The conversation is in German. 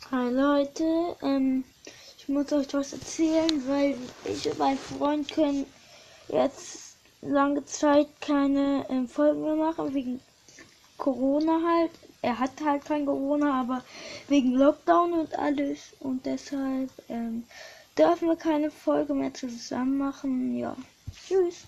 Hi Leute, ich muss euch was erzählen, weil ich und mein Freund können jetzt lange Zeit keine Folgen mehr machen, wegen Corona halt. Er hat halt kein Corona, aber wegen Lockdown und alles. Und deshalb dürfen wir keine Folge mehr zusammen machen. Ja, tschüss.